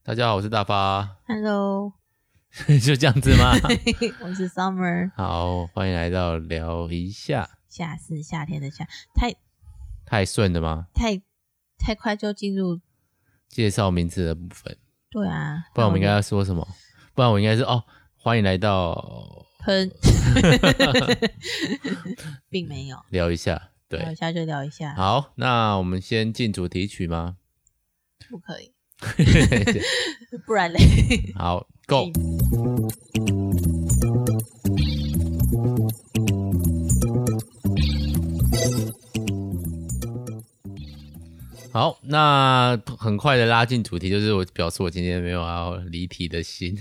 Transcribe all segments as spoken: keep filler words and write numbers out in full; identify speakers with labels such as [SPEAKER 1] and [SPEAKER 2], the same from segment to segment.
[SPEAKER 1] 大家好，我是大发。
[SPEAKER 2] Hello，
[SPEAKER 1] 就这样子吗？
[SPEAKER 2] 我是 Summer。
[SPEAKER 1] 好，欢迎来到聊一下。
[SPEAKER 2] 夏是夏天的夏，太
[SPEAKER 1] 太顺了吗？
[SPEAKER 2] 太太快就进入
[SPEAKER 1] 介绍名字的部分。
[SPEAKER 2] 对啊，
[SPEAKER 1] 不然我们应该要说什么？不然我应该是哦，欢迎来到
[SPEAKER 2] 喷，并没有
[SPEAKER 1] 聊一下。对，
[SPEAKER 2] 聊一下就聊一下。
[SPEAKER 1] 好，那我们先进主题曲吗？
[SPEAKER 2] 不可以，不然嘞。
[SPEAKER 1] 好 ，Go。好，那很快的拉进主题，就是我表示我今天没有要离题的心。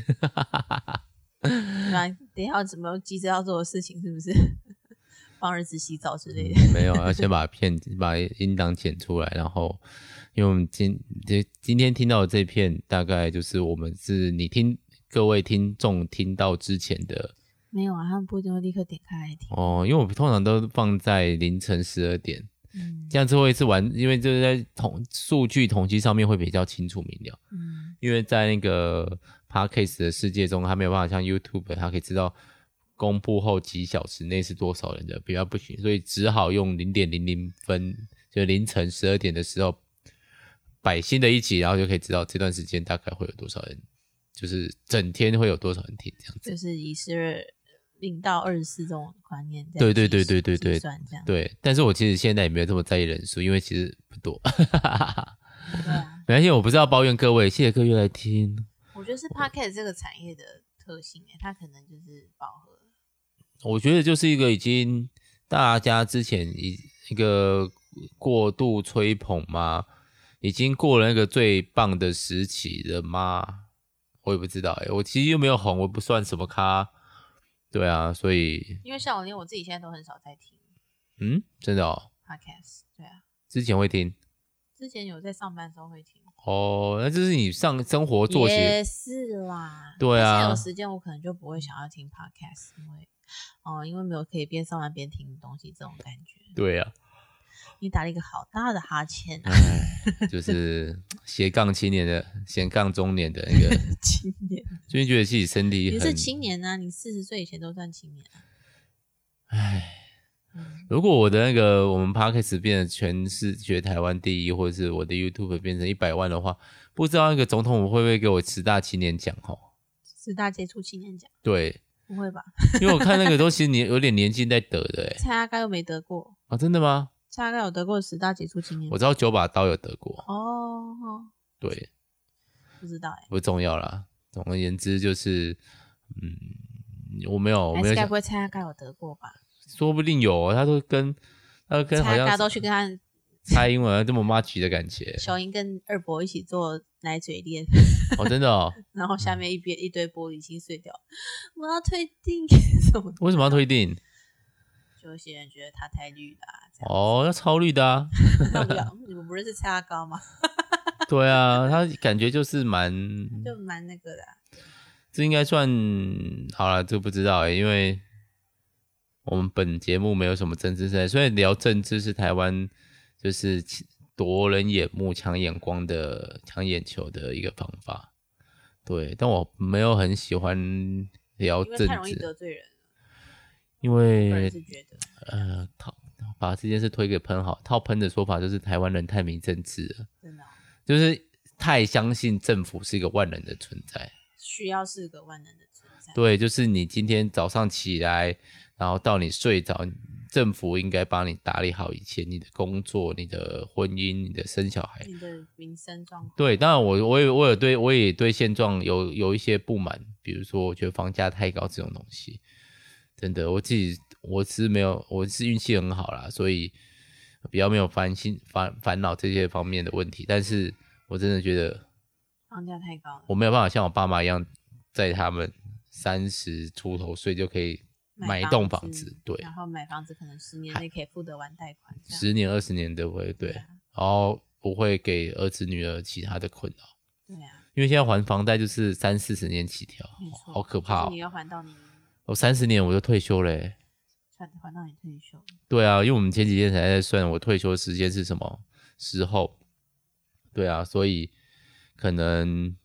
[SPEAKER 2] 那等一下怎么急着要做的事情，是不是帮儿子洗澡之类的？
[SPEAKER 1] 嗯、没有，要先把片把音档剪出来，然后因为我们今今天听到的这片，大概就是我们是你听各位听众听到之前的。
[SPEAKER 2] 没有啊，他们不一定会立刻点开来听
[SPEAKER 1] 哦，因为我通常都放在凌晨十二点。
[SPEAKER 2] 嗯，
[SPEAKER 1] 这样子会是完，因为就是在统数据统计上面会比较清楚明了。
[SPEAKER 2] 嗯，
[SPEAKER 1] 因为在那个 Podcast 的世界中，它没有办法像 YouTube， 它可以知道公布后几小时内是多少人的，比较不行，所以只好用零点零零分，就凌晨十二点的时候摆新的一集，然后就可以知道这段时间大概会有多少人，就是整天会有多少人听这样子。
[SPEAKER 2] 就是以是零到二十四这种观念，
[SPEAKER 1] 对对对对对对，
[SPEAKER 2] 算这样。
[SPEAKER 1] 对，但是我其实现在也没有这么在意人数，因为其实不多。
[SPEAKER 2] 对啊，
[SPEAKER 1] 没关系，我不是要抱怨各位，谢谢各位来听。
[SPEAKER 2] 我觉得是 Podcast 这个产业的特性，欸，它可能就是饱和。
[SPEAKER 1] 我觉得就是一个已经大家之前一一个过度吹捧嘛，已经过了那个最棒的时期了吗？我也不知道哎，欸，我其实又没有红，我不算什么咖。对啊，所以
[SPEAKER 2] 因为像我连我自己现在都很少在听，
[SPEAKER 1] 嗯，真的哦
[SPEAKER 2] Podcast， 对啊，
[SPEAKER 1] 之前会听，
[SPEAKER 2] 之前有在上班的时候会听。
[SPEAKER 1] 哦，那就是你上生活作息
[SPEAKER 2] 也是啦，
[SPEAKER 1] 对啊，
[SPEAKER 2] 但是有时间我可能就不会想要听 Podcast， 因为哦、呃，因为没有可以边上班边听东西这种感觉。
[SPEAKER 1] 对啊，
[SPEAKER 2] 你打了一个好大的哈欠，啊，
[SPEAKER 1] 就是斜杠青年的斜杠中年的那个
[SPEAKER 2] 青年，
[SPEAKER 1] 最近觉得自己身体很，
[SPEAKER 2] 你是青年啊，你四十岁以前都算青年啊。
[SPEAKER 1] 唉，如果我的那个我们 Podcast 变成全世界台湾第一，或者是我的 YouTube 变成一百万的话，不知道那个总统会不会给我十大青年奖齁？
[SPEAKER 2] 十大杰出青年奖？
[SPEAKER 1] 对，
[SPEAKER 2] 不会吧？
[SPEAKER 1] 因为我看那个都其实年有点年纪在得的哎。
[SPEAKER 2] 蔡阿嘎又没得过
[SPEAKER 1] 啊，真的吗？
[SPEAKER 2] 蔡阿嘎有得过十大杰出青年奖，
[SPEAKER 1] 我知道九把刀有得过
[SPEAKER 2] 哦，
[SPEAKER 1] 对，
[SPEAKER 2] 不知道哎，
[SPEAKER 1] 不重要啦。总而言之就是，嗯，我没有，我没有想，
[SPEAKER 2] 还是该不会蔡阿嘎有得过吧？
[SPEAKER 1] 说不定有哦，他都跟他都跟好像
[SPEAKER 2] 蔡阿嘎都去跟他
[SPEAKER 1] 蔡英文这么麻吉的感觉。
[SPEAKER 2] 小英跟二伯一起做奶嘴恋，
[SPEAKER 1] 哦，真的哦。
[SPEAKER 2] 然后下面一边一堆玻璃心碎掉，我要退订什么？
[SPEAKER 1] 为什么要退订？
[SPEAKER 2] 就有些人觉得他太绿啦，啊。
[SPEAKER 1] 哦，那超绿的啊。
[SPEAKER 2] 那不要，你们不认识蔡阿高吗？
[SPEAKER 1] 对啊，他感觉就是蛮，
[SPEAKER 2] 就蛮那个的，啊。
[SPEAKER 1] 这应该算好了，这不知道欸，因为我们本节目没有什么政治赛，所以聊政治是台湾就是夺人眼目、抢眼光的、抢眼球的一个方法。对，但我没有很喜欢聊政治，
[SPEAKER 2] 因为太容易得罪人了。
[SPEAKER 1] 因为
[SPEAKER 2] 我是觉得，
[SPEAKER 1] 呃，套把这件事推给喷好，套喷的说法就是台湾人太迷政治了，
[SPEAKER 2] 真的，哦，
[SPEAKER 1] 就是太相信政府是一个万能的存在，
[SPEAKER 2] 需要是个万能的存在。
[SPEAKER 1] 对，就是你今天早上起来，然后到你睡着，政府应该帮你打理好一切，你的工作、你的婚姻、你的生小孩、
[SPEAKER 2] 你的民生状况。
[SPEAKER 1] 对，当然我我也我有对我也对现状有有一些不满，比如说我觉得房价太高这种东西。真的，我自己我是没有，我是运气很好啦，所以比较没有烦心烦烦恼这些方面的问题。但是我真的觉得
[SPEAKER 2] 房价太高了，
[SPEAKER 1] 我没有办法像我爸妈一样，在他们三十出头岁就可以买一栋房子，对，
[SPEAKER 2] 然后买房子可能十年内可以付得完贷款，
[SPEAKER 1] 十年二十年都会对，
[SPEAKER 2] 对啊，
[SPEAKER 1] 然后不会给儿子女儿其他的困扰，
[SPEAKER 2] 对啊，
[SPEAKER 1] 因为现在还房贷就是三四十年起跳，好可怕哦！
[SPEAKER 2] 你要还到你。
[SPEAKER 1] 我三十年我就退休了欸，
[SPEAKER 2] 还还到你退休？
[SPEAKER 1] 对啊，因为我们前几天才在算我退休时间是什么时候，对啊，所以可能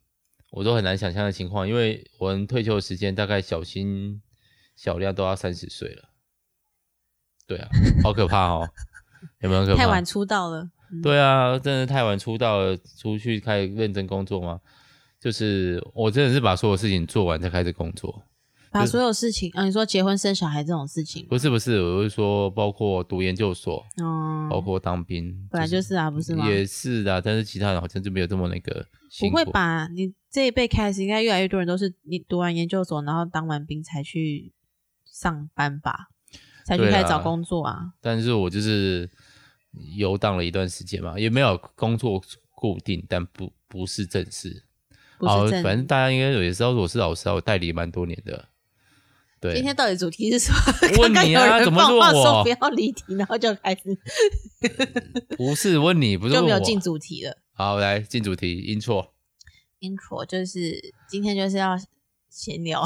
[SPEAKER 1] 我都很难想象的情况，因为我们退休的时间大概小新小亮都要三十岁了。对啊，好可怕哦，有没有很可怕？
[SPEAKER 2] 太晚出道了。嗯、
[SPEAKER 1] 对啊，真的太晚出道了，出去开始认真工作吗？就是我真的是把所有事情做完才开始工作。
[SPEAKER 2] 把所有事情啊，你说结婚生小孩这种事情？
[SPEAKER 1] 不是不是，我是说包括读研究所，
[SPEAKER 2] 嗯，
[SPEAKER 1] 包括当兵，
[SPEAKER 2] 本来就是啊，不是吗？
[SPEAKER 1] 也是的，但是其他人好像就没有这么那个辛苦。
[SPEAKER 2] 不会吧？你这一辈开始，应该越来越多人都是你读完研究所，然后当完兵才去上班吧，才去开始找工作啊。
[SPEAKER 1] 但是我就是游荡了一段时间嘛，也没有工作固定，但不不是正式。
[SPEAKER 2] 不是正，
[SPEAKER 1] 反正大家应该也知道我是老师啊，我代理蛮多年的。对，
[SPEAKER 2] 今天到底主题是什么？
[SPEAKER 1] 问你啊，
[SPEAKER 2] 刚刚有人
[SPEAKER 1] 怎么是问我？
[SPEAKER 2] 说不要离题，然后就开始
[SPEAKER 1] 不是问你，不是问我，
[SPEAKER 2] 就没有进主题了。
[SPEAKER 1] 好，来进主题 ，intro。
[SPEAKER 2] intro 就是今天就是要闲聊。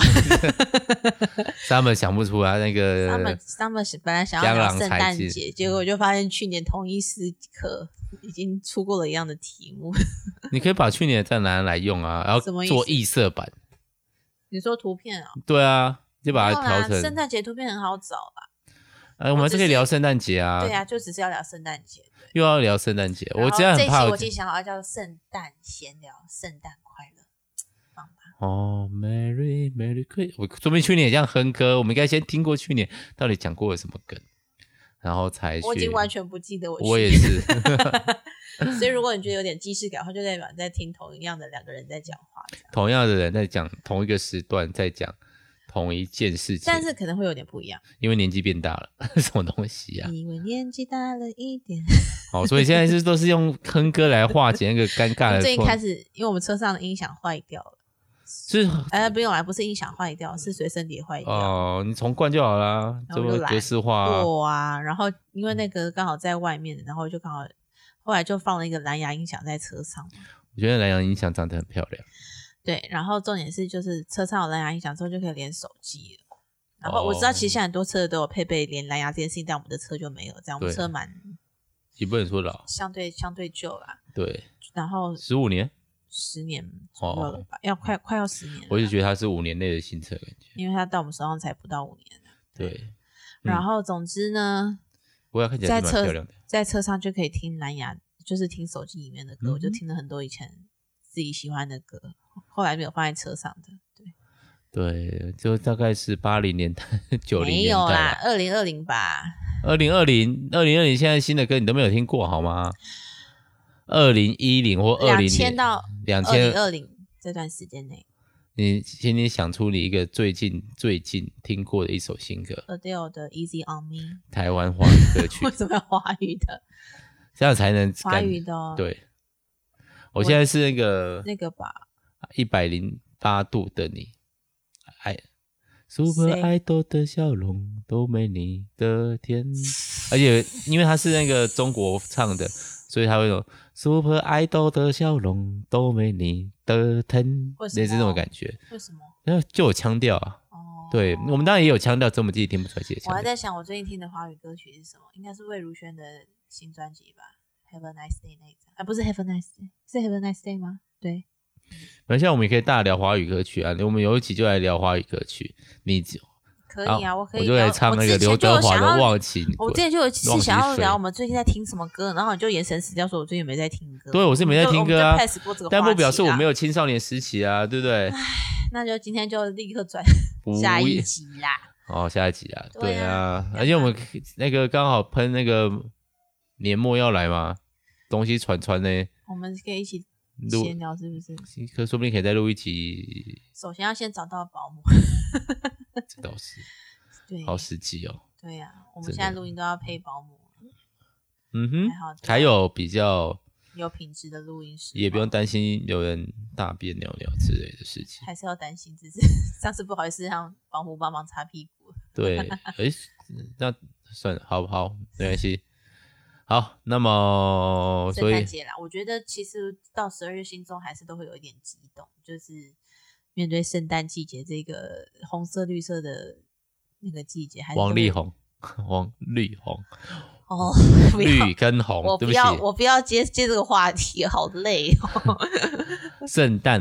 [SPEAKER 1] Summer 想不出来那个
[SPEAKER 2] Summer Summer 本来想要聊圣诞节，结果就发现去年同一时刻已经出过了一样的题目。
[SPEAKER 1] 你可以把去年的再拿来用啊，然后做异色版。
[SPEAKER 2] 你说图片啊？
[SPEAKER 1] 对啊，就把它调成
[SPEAKER 2] 圣诞节图片很好找啦。
[SPEAKER 1] 哎，我们还是可以聊圣诞节啊。
[SPEAKER 2] 对啊，就只是要聊圣诞节。
[SPEAKER 1] 又要聊圣诞节，我真的很怕。
[SPEAKER 2] 这一期我已经想好要叫圣诞闲聊，圣诞快乐，棒吧？
[SPEAKER 1] 哦 ，Merry Merry Christmas， 我说明去年也这样哼歌，我们应该先听过去年到底讲过了什么梗，然后才学。
[SPEAKER 2] 我已经完全不记得我去年。
[SPEAKER 1] 我也是。
[SPEAKER 2] 所以如果你觉得有点既视感的话，就代表你在听同样的两个人在讲话，
[SPEAKER 1] 同样的人在讲同一个时段，在讲同一件事情，
[SPEAKER 2] 但是可能会有点不一样，
[SPEAKER 1] 因为年纪变大了，什么东西啊？
[SPEAKER 2] 因为年纪大了一点。
[SPEAKER 1] 好，所以现在是都是用哼歌来化解那个尴尬的。
[SPEAKER 2] 最近开始，因为我们车上的音响坏掉了，
[SPEAKER 1] 是
[SPEAKER 2] 哎，不用啦，不是音响坏掉，是随身碟坏掉。
[SPEAKER 1] 哦，你重灌就好啦，这么格式化啊。
[SPEAKER 2] 对啊，然后因为那个刚好在外面，然后就刚好后来就放了一个蓝牙音响在车上。
[SPEAKER 1] 我觉得蓝牙音响长得很漂亮。
[SPEAKER 2] 对，然后重点是就是车上有蓝牙音响之后就可以连手机了。然后我知道其实现在很多车都有配备连蓝牙这件事情，但我们的车就没有，这样我们车蛮
[SPEAKER 1] 也不能说老，
[SPEAKER 2] 相对相对旧啦。
[SPEAKER 1] 对，
[SPEAKER 2] 然后
[SPEAKER 1] 十五年，
[SPEAKER 2] 十年左右了吧，哦、要快快要十年了。
[SPEAKER 1] 我就觉得它是五年内的新车感觉，
[SPEAKER 2] 因为它到我们手上才不到五年。
[SPEAKER 1] 对，
[SPEAKER 2] 嗯、然后总之呢，
[SPEAKER 1] 我要看起来是蛮漂亮的，
[SPEAKER 2] 在车上就可以听蓝牙，就是听手机里面的歌，嗯、我就听了很多以前自己喜欢的歌，后来没有放在车上的。对，
[SPEAKER 1] 对，就大概是八零年代、九零年代，
[SPEAKER 2] 没有啦，二零二零吧。
[SPEAKER 1] 二零二零，二零二零，现在新的歌你都没有听过好吗？二零一零或二零
[SPEAKER 2] 两千到
[SPEAKER 1] 两千
[SPEAKER 2] 二零二零这段时间内，
[SPEAKER 1] 你请你想出你一个最近最近听过的一首新歌
[SPEAKER 2] ，Adele 的 Easy on Me，
[SPEAKER 1] 台湾华语歌曲。
[SPEAKER 2] 为什么要华语的？
[SPEAKER 1] 这样才能
[SPEAKER 2] 华语的、哦。
[SPEAKER 1] 对，我现在是那个
[SPEAKER 2] 那个吧，
[SPEAKER 1] 一百零八度的你，爱 Super Idol 的笑容都没你的甜，而且因为他是那个中国唱的，所以他会有 Super Idol 的笑容都没你的疼，类似这种感觉。
[SPEAKER 2] 为什么？
[SPEAKER 1] 因为就有腔调啊。哦，对，我们当然也有腔调，只是我们自己听不出来这些腔调。
[SPEAKER 2] 我还在想，我最近听的华语歌曲是什么？应该是魏如萱的新专辑吧 ，Have a Nice Day 那一张啊，不是 Have a Nice Day， 是 Have a Nice Day 吗？对。
[SPEAKER 1] 反正现在我们也可以大聊华语歌曲啊，我们有一集就来聊华语歌曲，你
[SPEAKER 2] 可以啊，我可以，
[SPEAKER 1] 我就来唱那个刘德华的《忘情》。
[SPEAKER 2] 我之前就有一次想要聊我们最近在听什么歌，然后你就眼神死掉，说我最近没在听歌。
[SPEAKER 1] 对，我是没在听歌啊，但不表示我没
[SPEAKER 2] 有
[SPEAKER 1] 有青少年时期啊，对不对？
[SPEAKER 2] 唉，那就今天就立刻转下一集啦。
[SPEAKER 1] 哦，下一集啊，对啊，而且我们那个刚好喷那个年末要来嘛，东西传传呢，
[SPEAKER 2] 我们可以一起闲聊是不是？
[SPEAKER 1] 可说不定可以再录一集。
[SPEAKER 2] 首先要先找到保姆，
[SPEAKER 1] 这倒是，
[SPEAKER 2] 对，
[SPEAKER 1] 好实际哦。
[SPEAKER 2] 对呀、啊，我们现在录音都要配保姆。
[SPEAKER 1] 嗯哼，还好，还有比较
[SPEAKER 2] 有品质的录音室，
[SPEAKER 1] 也不用担心有人大便尿尿之类的事情。
[SPEAKER 2] 还是要担心，只是上次不好意思让保姆帮忙擦屁股。
[SPEAKER 1] 对，哎，那算了，好不好？没关系。好，那么所以
[SPEAKER 2] 圣诞节啦，我觉得其实到十二月心中还是都会有一点激动，就是面对圣诞季节这个红色绿色的那个季节，还是
[SPEAKER 1] 黄绿红，黄绿红，
[SPEAKER 2] 哦，
[SPEAKER 1] 绿跟红，
[SPEAKER 2] 我不要，我不要接接这个话题，好累哦。
[SPEAKER 1] 圣诞红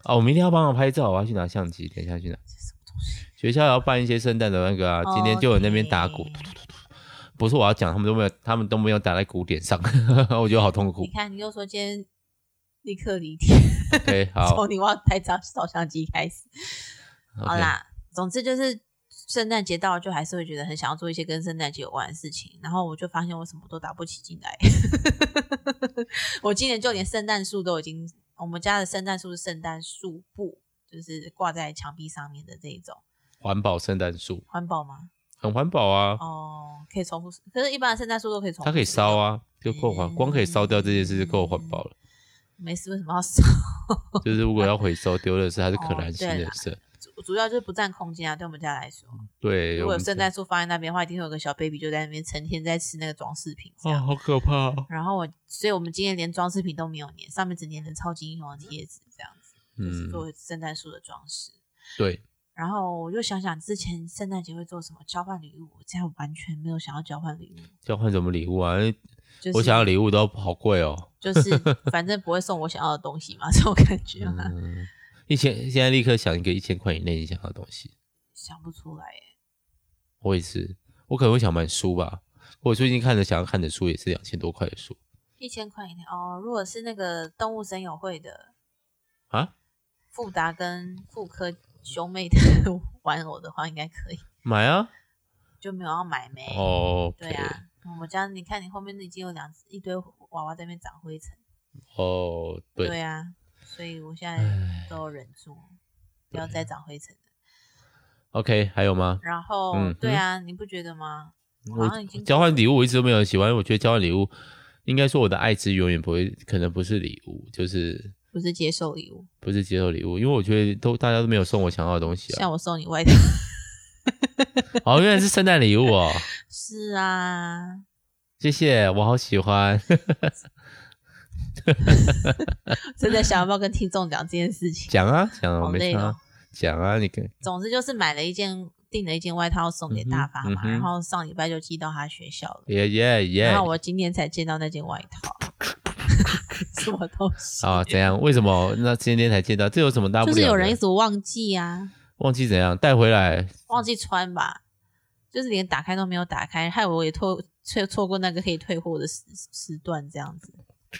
[SPEAKER 1] 哦，我明天要帮我拍照，我要去拿相机，等一下去拿。学校要办一些圣诞的那个啊，今天就有那边打鼓，
[SPEAKER 2] Okay
[SPEAKER 1] 不是我要讲，他们都没有，他们都没有打在鼓点上，我觉得好痛苦。
[SPEAKER 2] 你看，你又说今天立刻离题。
[SPEAKER 1] OK， 好，
[SPEAKER 2] 从你忘拍照照相机开始。
[SPEAKER 1] Okay
[SPEAKER 2] 好啦，总之就是圣诞节到了，就还是会觉得很想要做一些跟圣诞节有关的事情。然后我就发现我什么都打不起劲来。我今年就连圣诞树都已经，我们家的圣诞树是圣诞树布，就是挂在墙壁上面的这一种
[SPEAKER 1] 环保圣诞树，
[SPEAKER 2] 环保吗？
[SPEAKER 1] 很环保啊。
[SPEAKER 2] 哦，可以重复，可是一般的圣诞树都可以重复，
[SPEAKER 1] 它可以烧啊，就够环，光可以烧掉这件事就够环保了。
[SPEAKER 2] 没事，为什么要烧？
[SPEAKER 1] 就是如果要回收丢的是它是可燃性的色，
[SPEAKER 2] 哦、主, 主要就是不占空间啊，对我们家来说。
[SPEAKER 1] 对，
[SPEAKER 2] 如果有圣诞树放在那边的话，一定会有个小 baby 就在那边成天在吃那个装饰品，
[SPEAKER 1] 哦，好可怕、哦。
[SPEAKER 2] 然后我，所以我们今天连装饰品都没有粘，上面只粘了超级英雄的贴纸，这样子，
[SPEAKER 1] 嗯、
[SPEAKER 2] 就是作为圣诞树的装饰。
[SPEAKER 1] 对。
[SPEAKER 2] 然后我就想想之前圣诞节会做什么交换礼物，我现在完全没有想要交换礼物。
[SPEAKER 1] 交换什么礼物啊？
[SPEAKER 2] 就是、
[SPEAKER 1] 我想要礼物都好贵哦。
[SPEAKER 2] 就是反正不会送我想要的东西嘛，这种感觉嘛。
[SPEAKER 1] 嗯，一千，现在立刻想一个一千块以内你想要的东西。
[SPEAKER 2] 想不出来耶。
[SPEAKER 1] 我也是，我可能会想买书吧。我最近看的想要看的书也是两千多块的书。
[SPEAKER 2] 一千块以内哦，如果是那个动物森友会的
[SPEAKER 1] 啊，
[SPEAKER 2] 富达跟妇科兄妹的玩偶的话，应该可以
[SPEAKER 1] 买啊，
[SPEAKER 2] 就没有要买没
[SPEAKER 1] 哦。
[SPEAKER 2] 对啊，我们家你看你后面已经有两一堆娃娃在那边长灰尘。
[SPEAKER 1] 哦，对，
[SPEAKER 2] 对啊，所以我现在都忍住，不要再长灰尘了。
[SPEAKER 1] OK， 还有吗？
[SPEAKER 2] 然后，嗯、对啊、嗯，你不觉得吗？
[SPEAKER 1] 我交换礼物我一直都没有喜欢，我觉得交换礼物应该说我的爱之永远不会，可能不是礼物，就是
[SPEAKER 2] 不是接受礼物，
[SPEAKER 1] 不是接受礼物，因为我觉得都大家都没有送我想要的东西啊。
[SPEAKER 2] 像我送你外套，
[SPEAKER 1] 哦，原来是圣诞礼物哦。
[SPEAKER 2] 是啊，
[SPEAKER 1] 谢谢，我好喜欢。
[SPEAKER 2] 正在想要不要跟听众讲这件事情？
[SPEAKER 1] 讲啊，讲啊，
[SPEAKER 2] 好累哦。
[SPEAKER 1] 讲啊，你跟。
[SPEAKER 2] 总之就是买了一件，订了一件外套送给大发嘛，嗯、然后上礼拜就寄到他学校了。
[SPEAKER 1] 耶耶耶！
[SPEAKER 2] 然后我今天才见到那件外套。什么东西
[SPEAKER 1] 啊？怎样？为什么那今天才见到？这有什么大不了的？
[SPEAKER 2] 就是有人一直忘记啊。
[SPEAKER 1] 忘记怎样？带回来？
[SPEAKER 2] 忘记穿吧，就是连打开都没有打开，害我也错错错过那个可以退货的时时段，这样子。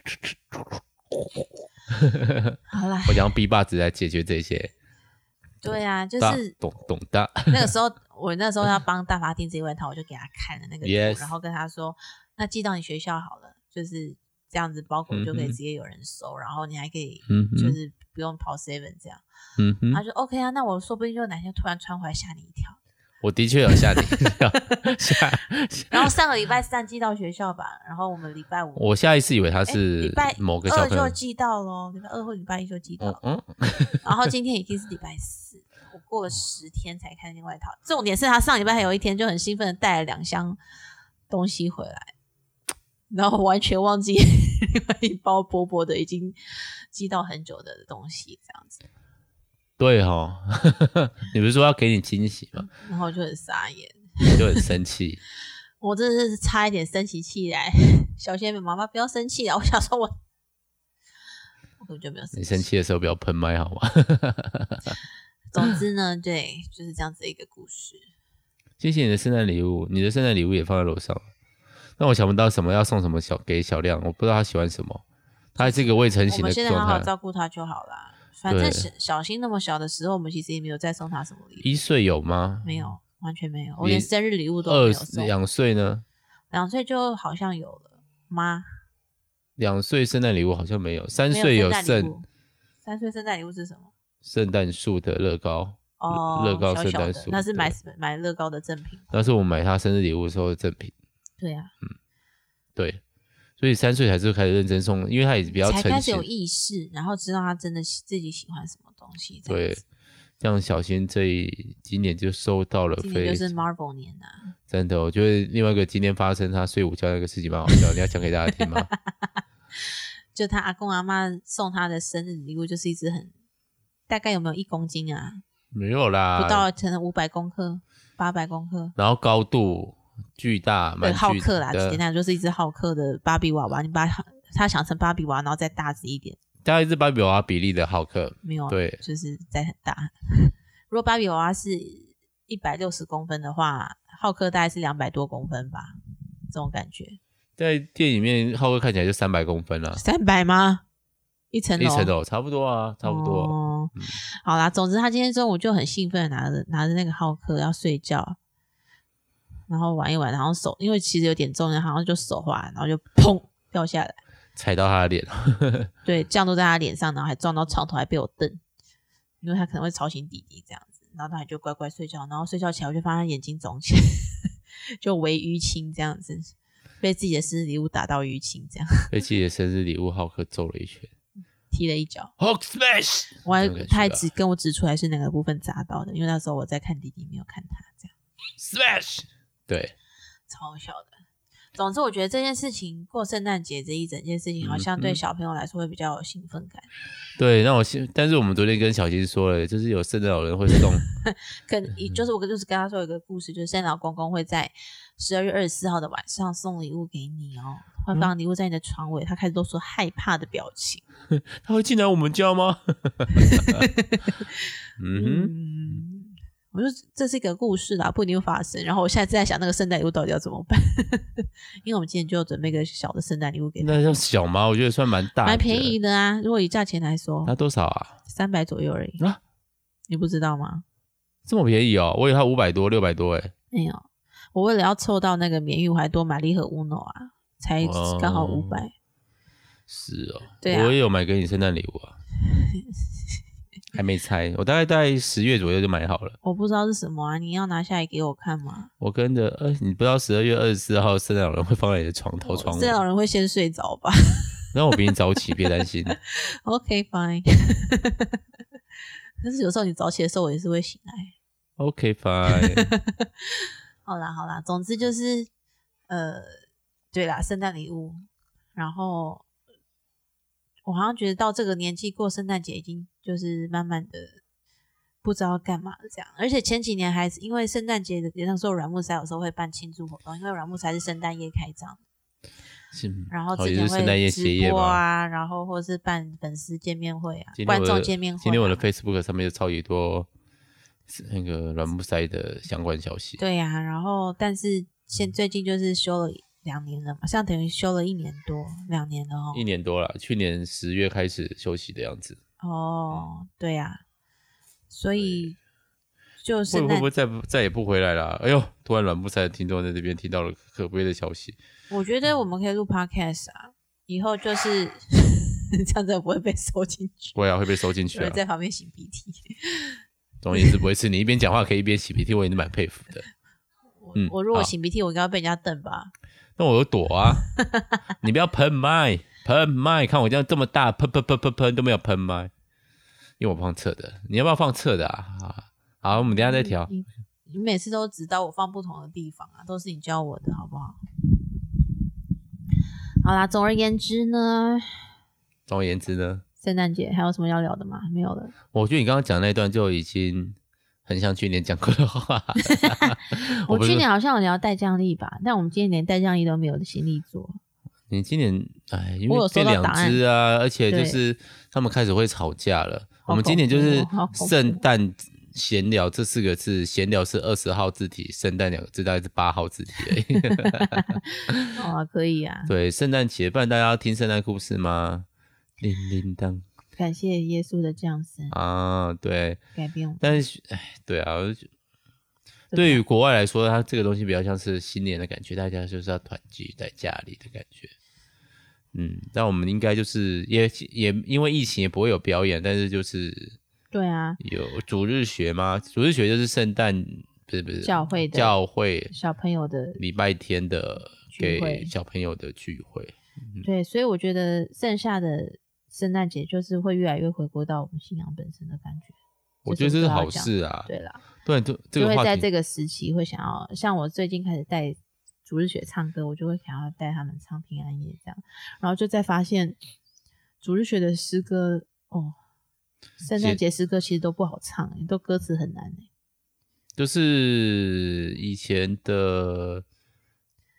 [SPEAKER 2] 好啦，
[SPEAKER 1] 我想用 B 霸子来解决这些。
[SPEAKER 2] 对啊，就是
[SPEAKER 1] 懂懂的。
[SPEAKER 2] 那个时候，我那时候要帮大发订这一外套，我就给他看了那个图，
[SPEAKER 1] yes.
[SPEAKER 2] 然后跟他说，那寄到你学校好了，就是这样子包裹就可以直接有人收，嗯、然后你还可以就是不用跑 seven 这样。
[SPEAKER 1] 嗯哼，
[SPEAKER 2] 他就 OK 啊，那我说不定就哪天突然穿回来吓你一跳。
[SPEAKER 1] 我的确有吓你一跳。
[SPEAKER 2] 然后上个礼拜三寄到学校吧，然后我们礼拜五，
[SPEAKER 1] 我下一次以为他是某个小朋友，
[SPEAKER 2] 礼拜二就寄到咯，礼拜二或礼拜一就寄到了。
[SPEAKER 1] 嗯，
[SPEAKER 2] 然后今天已经是礼拜四，我过了十天才看见外套。重点是他上礼拜还有一天就很兴奋的带了两箱东西回来，然后完全忘记另外一包薄薄的已经寄到很久的东西，这样子。
[SPEAKER 1] 对齁，你不是说要给你惊喜吗？
[SPEAKER 2] 然后就很傻眼，
[SPEAKER 1] 就很生气。
[SPEAKER 2] 我真的是差一点生起气来。小仙妹妈妈不要生气了，我想说我，我根本就没有生气。
[SPEAKER 1] 你生气的时候不要喷麦好吗？
[SPEAKER 2] 总之呢，对，就是这样子的一个故事。
[SPEAKER 1] 谢谢你的圣诞礼物，你的圣诞礼物也放在楼上。那我想不到什么要送什么小给小亮，我不知道他喜欢什么。他还是一个未成型的状态。我们
[SPEAKER 2] 现在好好照顾他就好啦。反正小新那么小的时候，我们其实也没有再送他什么礼物。
[SPEAKER 1] 一岁有吗？
[SPEAKER 2] 没有，完全没有。我连生日礼物都没有送。
[SPEAKER 1] 两岁呢？
[SPEAKER 2] 两岁就好像有了吗？
[SPEAKER 1] 两岁圣诞礼物好像没有，三岁有圣。
[SPEAKER 2] 三岁圣诞礼物是什么？
[SPEAKER 1] 圣诞树的乐高。
[SPEAKER 2] 哦，
[SPEAKER 1] 乐高圣诞树，
[SPEAKER 2] 那是买买乐高的赠品。
[SPEAKER 1] 那是我们买他生日礼物的时候的赠品。
[SPEAKER 2] 对啊，
[SPEAKER 1] 嗯，对。所以三岁才是开始认真送，因为他也比较成熟，
[SPEAKER 2] 才开始有意识，然后知道他真的自己喜欢什么东西。
[SPEAKER 1] 对，像小新这一今年就收到了，
[SPEAKER 2] 今年就是 Marvel 年啊！
[SPEAKER 1] 真的，我觉得另外一个今天发生他睡午觉那个事情蛮好笑，你要讲给大家听吗？
[SPEAKER 2] 就他阿公阿嬷送他的生日礼物，就是一只很大概有没有一公斤啊？
[SPEAKER 1] 没有啦，
[SPEAKER 2] 不到，可能五百公克、八百公克，
[SPEAKER 1] 然后高度。巨大，蛮
[SPEAKER 2] 浩克啦，简单就是一只浩克的芭比娃娃，你把它想成芭比娃娃，然后再大只一点，
[SPEAKER 1] 大概是芭比娃娃比例的浩克，
[SPEAKER 2] 没有，
[SPEAKER 1] 对，
[SPEAKER 2] 就是在很大。如果芭比娃娃是一百六十公分的话，浩克大概是两百多公分吧，这种感觉。
[SPEAKER 1] 在电影里面，浩克看起来就三百公分了、啊。
[SPEAKER 2] 三百吗？一层楼？
[SPEAKER 1] 一层楼差不多啊，差不多。
[SPEAKER 2] 哦
[SPEAKER 1] 嗯、
[SPEAKER 2] 好啦，总之他今天中午就很兴奋，拿着拿着那个浩克要睡觉，然后玩一玩，然后手因为其实有点重，然后就手滑，然后就砰掉下来，
[SPEAKER 1] 踩到他的脸。
[SPEAKER 2] 对，降落在他脸上，然后还撞到床头，还被我瞪，因为他可能会吵醒弟弟这样子，然后他就乖乖睡觉，然后睡觉起来我就发现他眼睛肿起来，就为淤青这样子，被自己的生日礼物打到淤青这样，
[SPEAKER 1] 被自己的生日礼物浩克揍了一拳，
[SPEAKER 2] 踢了一脚
[SPEAKER 1] Hulk Smash，
[SPEAKER 2] 我还他还只跟我指出来是哪个部分砸到的，因为那时候我在看弟弟，没有看他这
[SPEAKER 1] 样 Smash， 对，
[SPEAKER 2] 超小的。总之我觉得这件事情过圣诞节这一整件事情好像对小朋友来说会比较有兴奋感、嗯、
[SPEAKER 1] 对，那我但是我们昨天跟小新说了，就是有圣诞老人会送
[SPEAKER 2] 可就是我就是跟他说有一个故事，就是圣诞老公公会在十二月二十四号的晚上送礼物给你哦，会放礼物在你的床尾、嗯、他开始都说害怕的表情
[SPEAKER 1] 他会进来我们家吗？
[SPEAKER 2] 嗯哼，我说这是一个故事啦，不一定会发生。然后我现在在想那个圣诞礼物到底要怎么办因为我们今天就准备一个小的圣诞礼物给他。
[SPEAKER 1] 那叫小吗？我觉得算蛮大的，
[SPEAKER 2] 蛮便宜的啊，如果以价钱来说。
[SPEAKER 1] 那多少啊？
[SPEAKER 2] 三百左右而已啊？你不知道吗？
[SPEAKER 1] 这么便宜哦，我以为它五百多六百多诶。
[SPEAKER 2] 没有，我为了要凑到那个免运，我还多买了一盒 Uno 啊，才刚好五百、哦、
[SPEAKER 1] 是哦，
[SPEAKER 2] 对啊，
[SPEAKER 1] 我也有买给你圣诞礼物啊还没拆，我大概在十月左右就买好了。
[SPEAKER 2] 我不知道是什么啊，你要拿下来给我看吗？
[SPEAKER 1] 我跟着，呃，你不知道十二月二十四号圣诞老人会放在你的床头窗，
[SPEAKER 2] 圣诞老人会先睡着吧？
[SPEAKER 1] 那我比你早起，别担心。
[SPEAKER 2] OK fine 但是有时候你早起的时候，我也是会醒来。
[SPEAKER 1] OK fine
[SPEAKER 2] 好啦好啦，总之就是呃，对啦，圣诞礼物，然后。我好像觉得到这个年纪过圣诞节已经就是慢慢的不知道干嘛了这样，而且前几年还是因为圣诞节的那时候软木塞有时候会办庆祝活动，因为软木塞是圣诞夜开张，然后之前会直播啊，然后或是办粉丝见面会啊，观众见面会、啊。
[SPEAKER 1] 今天我的 Facebook 上面就超级多那个软木塞的相关消息。
[SPEAKER 2] 对啊，然后但是现最近就是休了两年了嘛，像等于休了一年多，两年了哦，
[SPEAKER 1] 一年多了，去年十月开始休息的样子。
[SPEAKER 2] 哦，对啊，所以就圣诞
[SPEAKER 1] 会不会再再也不回来了？哎呦，突然软木塞的听众在这边听到了可悲的消息。
[SPEAKER 2] 我觉得我们可以录 podcast 啊，以后就是这样子不会被收进去。
[SPEAKER 1] 对啊，会被收进去啊，
[SPEAKER 2] 在旁边擤鼻涕。
[SPEAKER 1] 总而言之不会是你一边讲话可以一边擤鼻涕，我也是蛮佩服的。
[SPEAKER 2] 我, 嗯、我如果擤鼻涕，我应该会被人家瞪吧？
[SPEAKER 1] 那我有躲啊！你不要喷麦，喷麦！看我这样这么大，喷喷喷喷喷都没有喷麦，因为我放侧的。你要不要放侧的啊？好，我们等一下再调。
[SPEAKER 2] 你, 你每次都指导我放不同的地方啊，都是你教我的，好不好？好啦，总而言之呢，
[SPEAKER 1] 总而言之呢，
[SPEAKER 2] 圣诞节还有什么要聊的吗？没有了。
[SPEAKER 1] 我觉得你刚刚讲那一段就已经很像去年讲过的话。
[SPEAKER 2] 我去年好像有聊带酱力吧，但我们今年连带酱力都没有心力做。
[SPEAKER 1] 你今年哎，因为变两只啊，而且就是他们开始会吵架了。我们今年就是圣诞闲聊这四个字，闲聊是二十号字体，圣诞两个字大概是八号字体而已。
[SPEAKER 2] 哦，可以啊。
[SPEAKER 1] 对，圣诞节，不然大家要听圣诞故事吗？铃铃当。
[SPEAKER 2] 感谢耶稣的降生
[SPEAKER 1] 啊，对，
[SPEAKER 2] 改变我。
[SPEAKER 1] 但是，哎，对啊，对于国外来说，它这个东西比较像是新年的感觉，大家就是要团聚在家里的感觉。嗯，但我们应该就是也也因为疫情也不会有表演，但是就是
[SPEAKER 2] 对啊，
[SPEAKER 1] 有主日学吗？主日学就是圣诞不是不是
[SPEAKER 2] 教会的
[SPEAKER 1] 教会
[SPEAKER 2] 小朋友的
[SPEAKER 1] 礼拜天的给小朋友的聚会。
[SPEAKER 2] 嗯、对，所以我觉得剩下的圣诞节就是会越来越回归到我们信仰本身的感觉。
[SPEAKER 1] 我觉得这是好事啊。
[SPEAKER 2] 对啦，
[SPEAKER 1] 对，这个话题
[SPEAKER 2] 就会在这个时期会想要，像我最近开始带主日学唱歌，我就会想要带他们唱平安夜这样，然后就再发现主日学的诗歌哦，圣诞节诗歌其实都不好唱，都歌词很难。
[SPEAKER 1] 就是以前的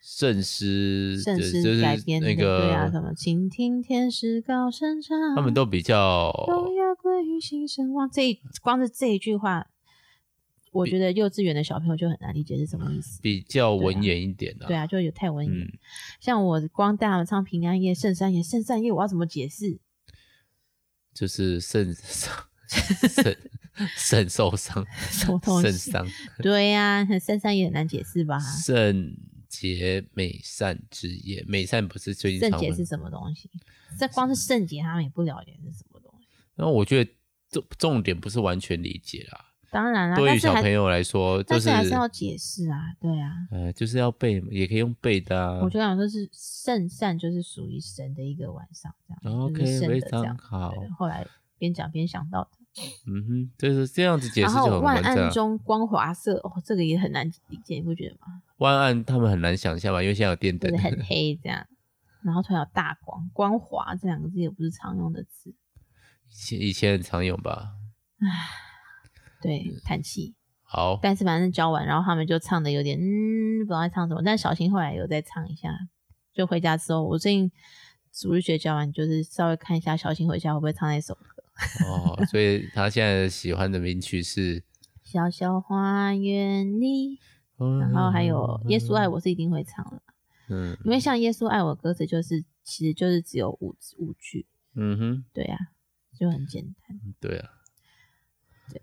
[SPEAKER 1] 圣诗，
[SPEAKER 2] 圣诗
[SPEAKER 1] 就是
[SPEAKER 2] 改编的，
[SPEAKER 1] 那个
[SPEAKER 2] 对啊，什么倾听天使高声唱，
[SPEAKER 1] 他们都比较
[SPEAKER 2] 荣耀归于心声望。这一光是这一句话，我觉得幼稚园的小朋友就很难理解是什么意思，
[SPEAKER 1] 比较文言一点啊。
[SPEAKER 2] 对啊，就有太文言。
[SPEAKER 1] 嗯、
[SPEAKER 2] 像我光带他们唱平安夜、圣山夜、圣山夜，我要怎么解释？
[SPEAKER 1] 就是圣圣圣受伤，
[SPEAKER 2] 什么东西？
[SPEAKER 1] 圣伤。
[SPEAKER 2] 对呀、啊，圣山夜很难解释吧？
[SPEAKER 1] 圣洁美善之夜，美善不是最近常闻
[SPEAKER 2] 圣洁是什么东西？这光是圣洁，他们也不了解是什么东西。
[SPEAKER 1] 然后我觉得重重点不是完全理解啦。
[SPEAKER 2] 当然啦，
[SPEAKER 1] 对于小朋友来说，就是
[SPEAKER 2] 但是还是要解释啊，对啊，
[SPEAKER 1] 呃，就是要背，也可以用背的啊。
[SPEAKER 2] 我就想说是圣善，就是属于神的一个晚上，这样
[SPEAKER 1] OK，
[SPEAKER 2] 就是圣
[SPEAKER 1] 非
[SPEAKER 2] 的这样
[SPEAKER 1] 常好。
[SPEAKER 2] 后来边讲边想到的。
[SPEAKER 1] 嗯哼，就是这样子解释就
[SPEAKER 2] 然后万
[SPEAKER 1] 很完整。
[SPEAKER 2] 暗中光华色，哦，这个也很难理解，你不觉得吗？
[SPEAKER 1] 万暗他们很难想象吧，因为现在有电灯，
[SPEAKER 2] 就是很黑这样，然后突然有大光，光华这两个字也不是常用的字。
[SPEAKER 1] 以前以前很常用吧。
[SPEAKER 2] 唉，对，叹气。
[SPEAKER 1] 好，
[SPEAKER 2] 但是反正教完，然后他们就唱的有点嗯，不知道在唱什么。但小新后来有再唱一下，就回家之后，我最近主日学教完，就是稍微看一下小新回家会不会唱那首歌。
[SPEAKER 1] 哦，所以他现在喜欢的名曲是
[SPEAKER 2] 小小花园里，然后还有耶稣爱我是一定会唱的，
[SPEAKER 1] 嗯，
[SPEAKER 2] 因为像耶稣爱我歌词就是其实就是只有五五句，
[SPEAKER 1] 嗯哼，
[SPEAKER 2] 对啊，就很简单，
[SPEAKER 1] 对啊，
[SPEAKER 2] 对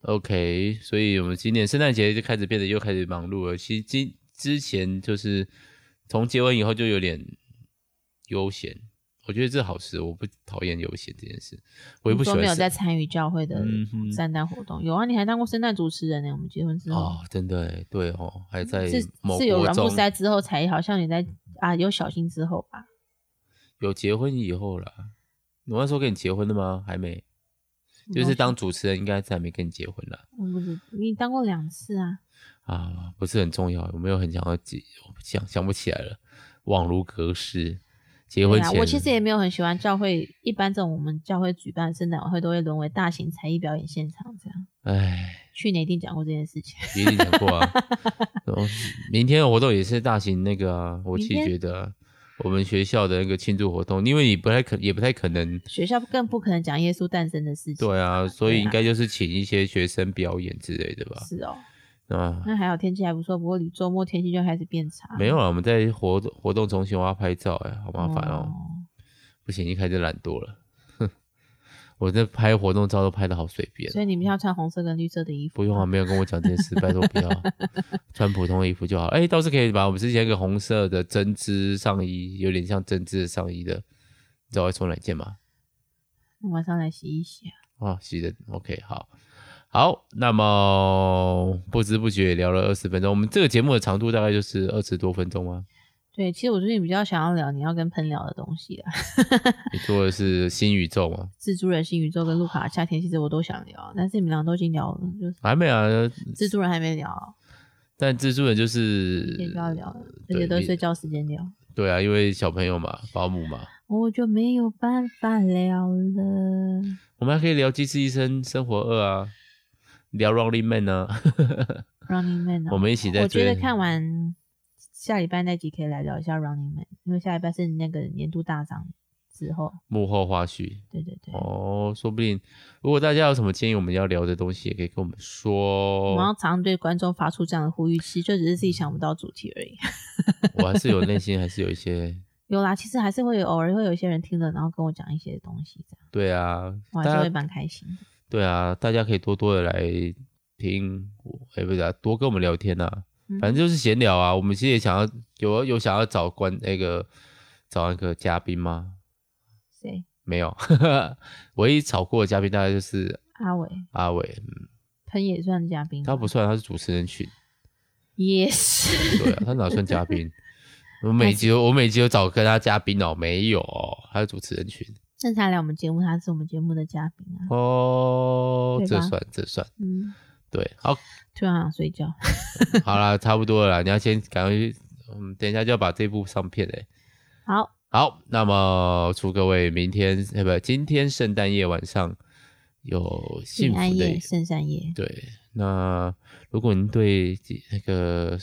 [SPEAKER 1] ，OK， 所以我们今年圣诞节就开始变得又开始忙碌了。其实今之前就是从结婚以后就有点悠闲。我觉得这好事，我不讨厌悠闲这件事，我也不喜欢。
[SPEAKER 2] 你说没有在参与教会的
[SPEAKER 1] 嗯
[SPEAKER 2] 圣诞活动，有啊，你还当过圣诞主持人呢。我们结婚之后，
[SPEAKER 1] 哦，真的耶，对哦，还在
[SPEAKER 2] 是
[SPEAKER 1] 某
[SPEAKER 2] 是有软
[SPEAKER 1] 国中
[SPEAKER 2] 布塞之后才好像你在啊有小新之后吧？
[SPEAKER 1] 有结婚以后啦。我那时候跟你结婚的吗？还没，就是当主持人应该是还没跟你结婚啦。
[SPEAKER 2] 我不知你当过两次啊？
[SPEAKER 1] 啊，不是很重要，有没有很想要结？我想想不起来了，恍如隔世。结婚前、
[SPEAKER 2] 啊，我其实也没有很喜欢教会，一般这种我们教会举办的圣诞晚会都会沦为大型才艺表演现场这样。
[SPEAKER 1] 唉，
[SPEAKER 2] 去年一定讲过这件事情，
[SPEAKER 1] 一定讲过啊。然后明天的活动也是大型那个啊，我其实觉得、啊、我们学校的那个庆祝活动，因为你不太可也不太可能，
[SPEAKER 2] 学校更不可能讲耶稣诞生的事情。
[SPEAKER 1] 对啊，所以应该就是请一些学生表演之类的吧。
[SPEAKER 2] 是哦。
[SPEAKER 1] 啊，
[SPEAKER 2] 那还好天气还不错，不过离周末天气就开始变差。
[SPEAKER 1] 没有啊，我们在活动活动中心我要拍照，哎，好麻烦哦。哦不行，一开始懒惰了。我这拍活动照都拍得好随便。
[SPEAKER 2] 所以你们要穿红色跟绿色的衣服？
[SPEAKER 1] 不用啊，没有跟我讲这件事，拜托不要，穿普通的衣服就好。哎，倒是可以把我们之前一个红色的针织上衣，有点像针织的上衣的，你知道我在说哪件吗？
[SPEAKER 2] 晚上来洗一洗啊。
[SPEAKER 1] 哦，洗的 OK， 好。好，那么不知不觉也聊了二十分钟。我们这个节目的长度大概就是二十多分钟吗？
[SPEAKER 2] 对，其实我最近比较想要聊你要跟喷聊的东西啦。
[SPEAKER 1] 你做的是新宇宙吗？
[SPEAKER 2] 蜘蛛人新宇宙跟路卡的夏天，其实我都想聊，但是你们俩都已经聊了，就是
[SPEAKER 1] 还没啊。
[SPEAKER 2] 蜘蛛人还没聊，
[SPEAKER 1] 但蜘蛛人就是
[SPEAKER 2] 也不要聊了，而且都睡觉时间聊。
[SPEAKER 1] 对啊，因为小朋友嘛，保姆嘛，
[SPEAKER 2] 我就没有办法聊了。
[SPEAKER 1] 我们还可以聊《机智医生生活二》啊。聊 Running Man 啊
[SPEAKER 2] Running Man、啊、
[SPEAKER 1] 我们一起在
[SPEAKER 2] 我觉得看完下礼拜那集可以来聊一下 Running Man， 因为下礼拜是那个年度大赏之后
[SPEAKER 1] 幕后花絮。
[SPEAKER 2] 对对对，
[SPEAKER 1] 哦，说不定如果大家有什么建议我们要聊的东西，也可以跟我们说。
[SPEAKER 2] 我们要常常对观众发出这样的呼吁，其实就只是自己想不到主题而已。
[SPEAKER 1] 我还是有内心还是有一些
[SPEAKER 2] 有啦，其实还是会有偶尔会有一些人听了然后跟我讲一些东西这样。
[SPEAKER 1] 对啊，
[SPEAKER 2] 我还是会蛮开心的。
[SPEAKER 1] 对啊，大家可以多多的来听，哎、欸，不是、啊，多跟我们聊天啊，嗯、反正就是闲聊啊。我们其实也想要有有想要找关那个找那个嘉宾吗？
[SPEAKER 2] 谁？
[SPEAKER 1] 没有，唯一找过的嘉宾大概就是
[SPEAKER 2] 阿伟。
[SPEAKER 1] 阿伟，嗯，
[SPEAKER 2] 喷也算嘉宾？
[SPEAKER 1] 他不算，他是主持人群。
[SPEAKER 2] 也是。
[SPEAKER 1] 对啊，他哪算嘉宾？我每集我每集都找跟他嘉宾哦，没有哦，他是主持人群。
[SPEAKER 2] 正常来我们节目，他是我们节目的嘉宾啊。
[SPEAKER 1] 哦，这算这算，嗯，对，好，
[SPEAKER 2] 突然想睡觉。
[SPEAKER 1] 好啦，差不多了啦，你要先赶快去，嗯，等一下就要把这部上片嘞。
[SPEAKER 2] 好，
[SPEAKER 1] 好，那么祝各位明天，呃，不，今天圣诞夜晚上有幸福的
[SPEAKER 2] 平安夜、圣诞夜。
[SPEAKER 1] 对，那如果您对那个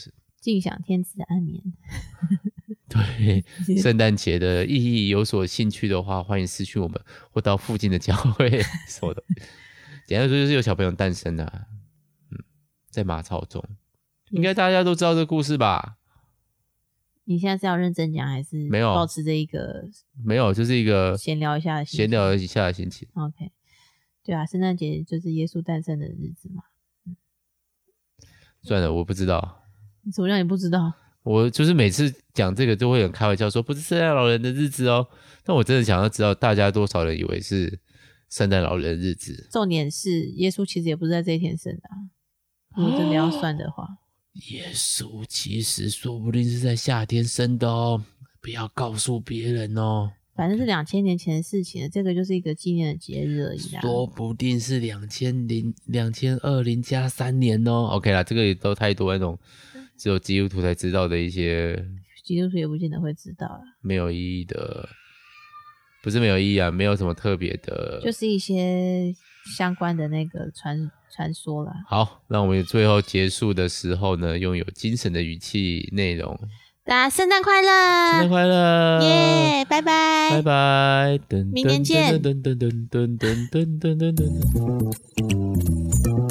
[SPEAKER 2] 尽享天子安眠。
[SPEAKER 1] 对，圣诞节的意义有所兴趣的话，欢迎私讯我们，或到附近的教会什么的。简单说就是有小朋友诞生啊，嗯，在马槽中，应该大家都知道这个故事吧？
[SPEAKER 2] 你现在是要认真讲，还是
[SPEAKER 1] 没有
[SPEAKER 2] 保持着一个
[SPEAKER 1] 没有，就是一个
[SPEAKER 2] 闲聊一下的心情
[SPEAKER 1] 闲聊一下的心情。
[SPEAKER 2] OK， 对啊，圣诞节就是耶稣诞生的日子嘛。嗯、
[SPEAKER 1] 算了，我不知道。
[SPEAKER 2] 你怎么让你不知道？
[SPEAKER 1] 我就是每次讲这个都会很开玩笑说不是圣诞老人的日子哦，但我真的想要知道大家多少人以为是圣诞老人的日子。
[SPEAKER 2] 重点是耶稣其实也不是在这一天生的、啊，如果真的要算的话。
[SPEAKER 1] 耶稣其实说不定是在夏天生的哦，不要告诉别人哦。
[SPEAKER 2] 反正是两千年前的事情了，这个就是一个纪念的节日而已啦。
[SPEAKER 1] 说不定是两千零两千二零加三年哦。OK 啦，这个也都太多那种只有基督徒才知道的一些，
[SPEAKER 2] 基督徒也不见得会知道啦，
[SPEAKER 1] 没有意义的，不是没有意义啊，没有什么特别的，
[SPEAKER 2] 就是一些相关的那个传传说啦。
[SPEAKER 1] 好，那我们最后结束的时候呢，用有精神的语气内容。
[SPEAKER 2] 大家圣诞快乐！
[SPEAKER 1] 圣诞快乐！
[SPEAKER 2] 耶、yeah, 拜拜！
[SPEAKER 1] 拜拜！
[SPEAKER 2] 明年见！
[SPEAKER 1] 噔噔噔噔噔噔噔噔噔噔。